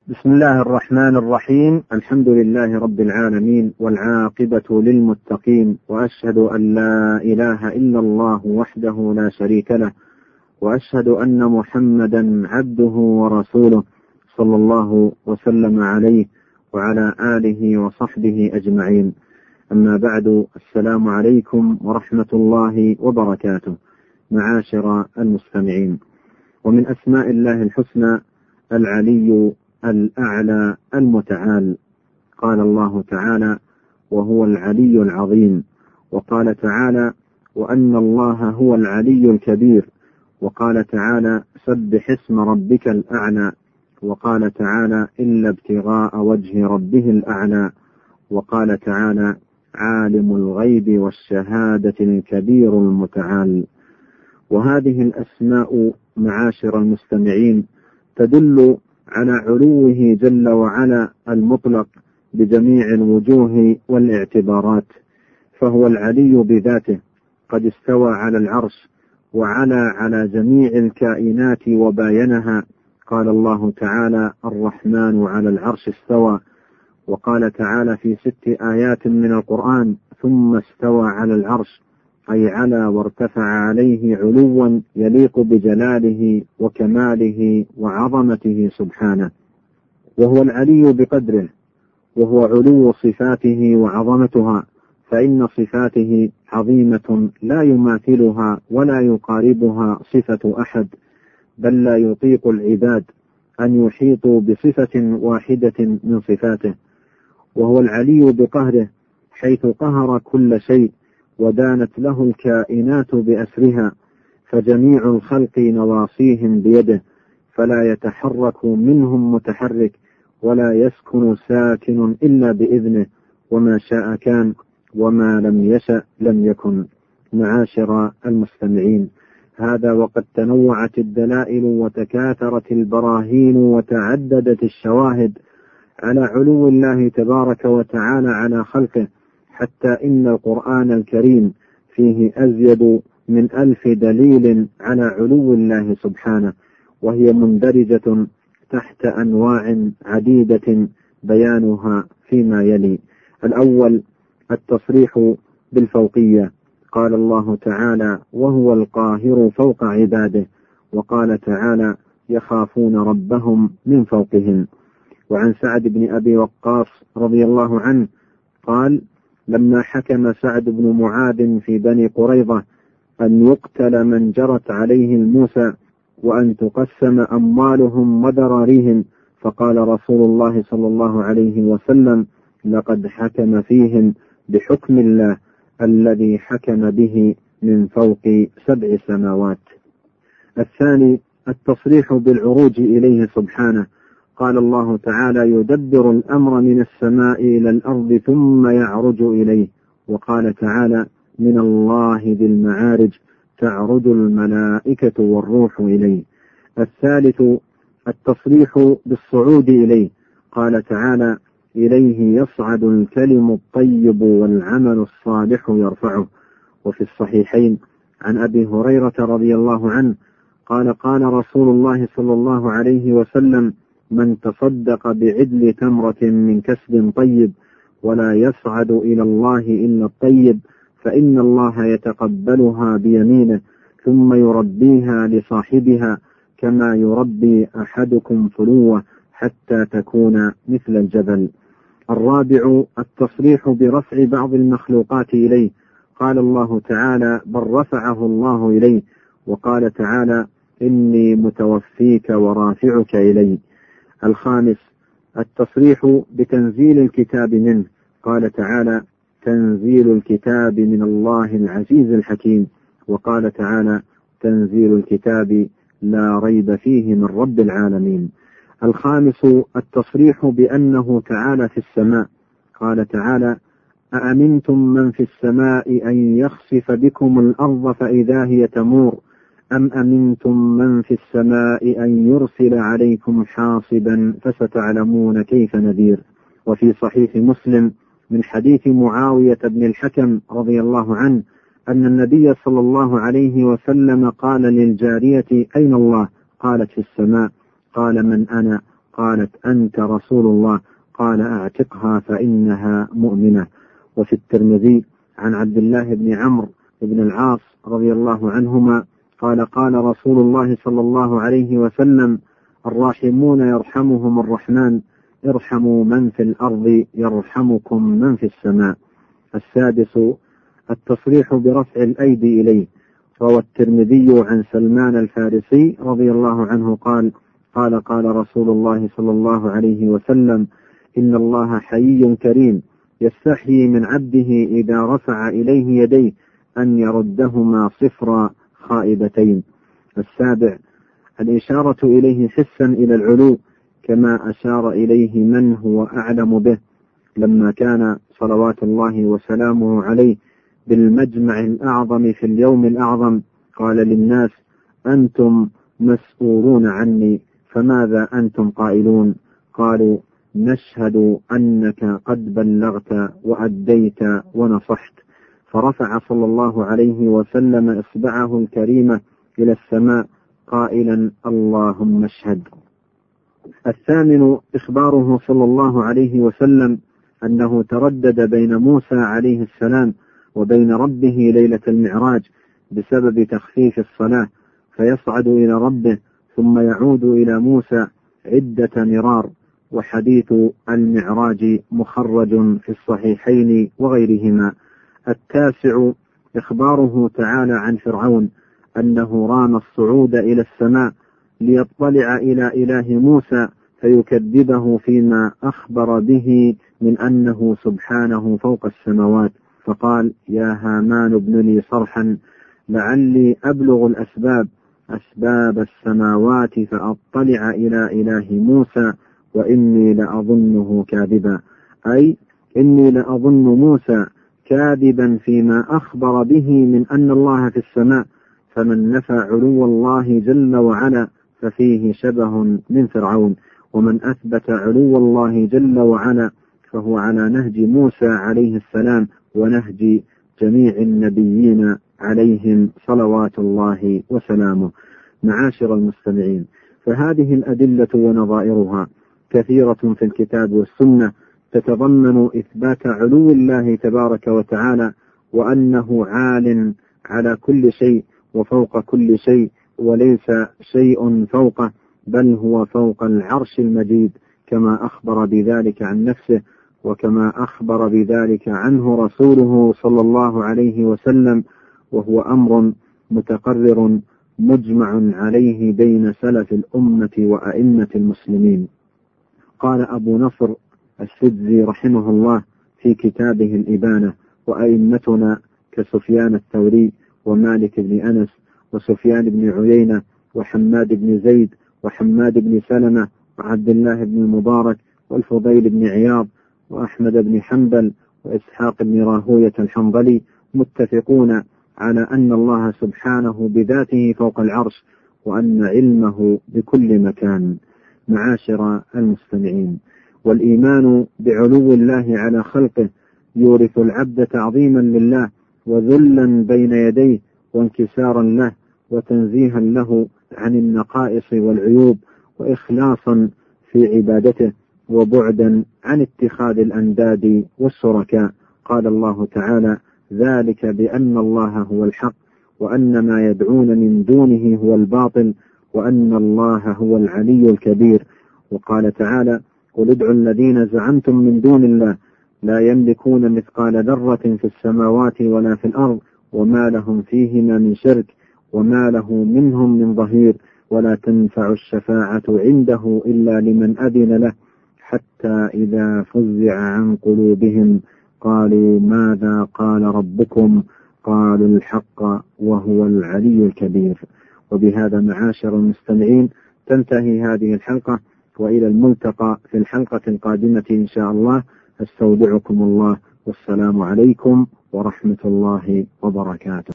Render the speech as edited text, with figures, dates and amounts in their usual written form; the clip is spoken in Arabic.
بسم الله الرحمن الرحيم. الحمد لله رب العالمين، والعاقبة للمتقين، وأشهد أن لا إله إلا الله وحده لا شريك له، وأشهد أن محمدا عبده ورسوله صلى الله وسلم عليه وعلى آله وصحبه أجمعين. أما بعد، السلام عليكم ورحمة الله وبركاته. معاشر المستمعين، ومن أسماء الله الحسنى العلي الأعلى المتعال. قال الله تعالى: وهو العلي العظيم. وقال تعالى: وأن الله هو العلي الكبير. وقال تعالى: سبح اسم ربك الأعلى. وقال تعالى: إلا ابتغاء وجه ربه الأعلى. وقال تعالى: عالم الغيب والشهادة الكبير المتعال. وهذه الأسماء معاشر المستمعين تدل على علوه جل وعلا المطلق بجميع الوجوه والاعتبارات، فهو العلي بذاته، قد استوى على العرش على جميع الكائنات وباينها. قال الله تعالى: الرحمن على العرش استوى. وقال تعالى في 6 آيات من القرآن: ثم استوى على العرش، أي على وارتفع عليه علوا يليق بجلاله وكماله وعظمته سبحانه. وهو العلي بقدره، وهو علو صفاته وعظمتها، فإن صفاته عظيمة لا يماثلها ولا يقاربها صفة أحد، بل لا يطيق العباد أن يحيطوا بصفة واحدة من صفاته. وهو العلي بقهره، حيث قهر كل شيء ودانت له الكائنات بأسرها، فجميع الخلق نواصيهم بيده، فلا يتحرك منهم متحرك ولا يسكن ساكن إلا بإذنه، وما شاء كان وما لم يشأ لم يكن. معاشر المستمعين، هذا وقد تنوعت الدلائل وتكاثرت البراهين وتعددت الشواهد على علو الله تبارك وتعالى على خلقه، حتى إن القرآن الكريم فيه أزيد من 1000 دليل على علو الله سبحانه، وهي مندرجة تحت أنواع عديدة بيانها فيما يلي. الأول: التصريح بالفوقية. قال الله تعالى: وهو القاهر فوق عباده. وقال تعالى: يخافون ربهم من فوقهم. وعن سعد بن أبي وقاص رضي الله عنه قال: لما حكم سعد بن معاذ في بني قريظة أن يقتل من جرت عليه الموسى وأن تقسم أموالهم وذراريهم، فقال رسول الله صلى الله عليه وسلم: لقد حكم فيهم بحكم الله الذي حكم به من فوق 7 سماوات. الثاني: التصريح بالعروج إليه سبحانه. قال الله تعالى: يدبر الأمر من السماء إلى الأرض ثم يعرج إليه. وقال تعالى: من الله ذي المعارج تعرج الملائكة والروح إليه. الثالث: التصريح بالصعود إليه. قال تعالى: إليه يصعد الكلم الطيب والعمل الصالح يرفعه. وفي الصحيحين عن أبي هريرة رضي الله عنه قال: قال رسول الله صلى الله عليه وسلم: من تصدق بعدل تمرة من كسب طيب ولا يصعد إلى الله إلا الطيب، فإن الله يتقبلها بيمينه ثم يربيها لصاحبها كما يربي أحدكم فلوة حتى تكون مثل الجبل. الرابع: التصريح برفع بعض المخلوقات إليه. قال الله تعالى: بل رفعه الله إليه. وقال تعالى: إني متوفيك ورافعك إلي. الخامس: التصريح بتنزيل الكتاب منه. قال تعالى: تنزيل الكتاب من الله العزيز الحكيم. وقال تعالى: تنزيل الكتاب لا ريب فيه من رب العالمين. الخامس: التصريح بأنه تعالى في السماء. قال تعالى: أأمنتم من في السماء أن يخسف بكم الأرض فإذا هي تمور أم أمنتم من في السماء أن يرسل عليكم حاصبا فستعلمون كيف نذير. وفي صحيح مسلم من حديث معاوية بن الحكم رضي الله عنه أن النبي صلى الله عليه وسلم قال للجارية: أين الله؟ قالت: في السماء. قال: من أنا؟ قالت أنت رسول الله؟ قال أعتقها فإنها مؤمنة. وفي الترمذي عن عبد الله بن عمرو بن العاص رضي الله عنهما قال قال رسول الله صلى الله عليه وسلم الراحمون يرحمهم الرحمن ارحموا من في الأرض يرحمكم من في السماء. السادس التصريح برفع الأيدي إليه. روى الترمذي عن سلمان الفارسي رضي الله عنه قال رسول الله صلى الله عليه وسلم إن الله حيي كريم يستحيي من عبده إذا رفع إليه يديه أن يردهما صفرا خائبتين. السابع الإشارة إليه حسا إلى العلو كما أشار إليه من هو أعلم به لما كان صلوات الله وسلامه عليه بالمجمع الأعظم في اليوم الأعظم قال للناس أنتم مسؤولون عني فماذا أنتم قائلون؟ قالوا نشهد أنك قد بلغت وأديت ونصحت. فرفع صلى الله عليه وسلم إصبعه الكريمة إلى السماء قائلا اللهم اشهد. الثامن إخباره صلى الله عليه وسلم أنه تردد بين موسى عليه السلام وبين ربه ليلة المعراج بسبب تخفيف الصلاة فيصعد إلى ربه ثم يعود إلى موسى عدة مرار. وحديث المعراج مخرج في الصحيحين وغيرهما. التاسع إخباره تعالى عن فرعون أنه رام الصعود إلى السماء ليطلع إلى إله موسى فيكذبه فيما أخبر به من أنه سبحانه فوق السماوات فقال يا هامان ابن لي صرحا لعلي أبلغ أسباب السماوات فأطلع إلى إله موسى وإني لأظنه كاذبا، أي إني لأظن موسى كاذبا فيما أخبر به من أن الله في السماء، فمن نفى علو الله جل وعلا ففيه شبه من فرعون، ومن أثبت علو الله جل وعلا فهو على نهج موسى عليه السلام ونهج جميع النبيين عليهم صلوات الله وسلامه. معاشر المستمعين، فهذه الأدلة ونظائرها كثيرة في الكتاب والسنة تتضمن إثبات علو الله تبارك وتعالى وأنه عال على كل شيء وفوق كل شيء وليس شيء فوقه بل هو فوق العرش المجيد كما أخبر بذلك عن نفسه وكما أخبر بذلك عنه رسوله صلى الله عليه وسلم، وهو أمر متقرر مجمع عليه بين سلف الأمة وأئمة المسلمين. قال أبو نصر السدزي رحمه الله في كتابه الإبانة: وأئمتنا كسفيان الثوري ومالك بن أنس وسفيان بن عيينة وحماد بن زيد وحماد بن سلمة وعبد الله بن المبارك والفضيل بن عياض وأحمد بن حنبل وإسحاق بن راهوية الحنظلي متفقون على أن الله سبحانه بذاته فوق العرش وأن علمه بكل مكان. معاشر المستمعين، والإيمان بعلو الله على خلقه يورث العبد تعظيما لله وذلا بين يديه وانكسارا له وتنزيها له عن النقائص والعيوب وإخلاصا في عبادته وبعدا عن اتخاذ الأنداد والشركاء. قال الله تعالى: ذلك بأن الله هو الحق وأن ما يدعون من دونه هو الباطل وأن الله هو العلي الكبير. وقال تعالى: قل ادعوا الذين زعمتم من دون الله لا يملكون مثقال ذرة في السماوات ولا في الأرض وما لهم فيهما من شرك وما له منهم من ظهير ولا تنفع الشفاعة عنده إلا لمن أذن له حتى إذا فزع عن قلوبهم قالوا ماذا قال ربكم قالوا الحق وهو العلي الكبير. وبهذا معاشر المستمعين تنتهي هذه الحلقة، وإلى الملتقى في الحلقة القادمة إن شاء الله. استودعكم الله والسلام عليكم ورحمة الله وبركاته.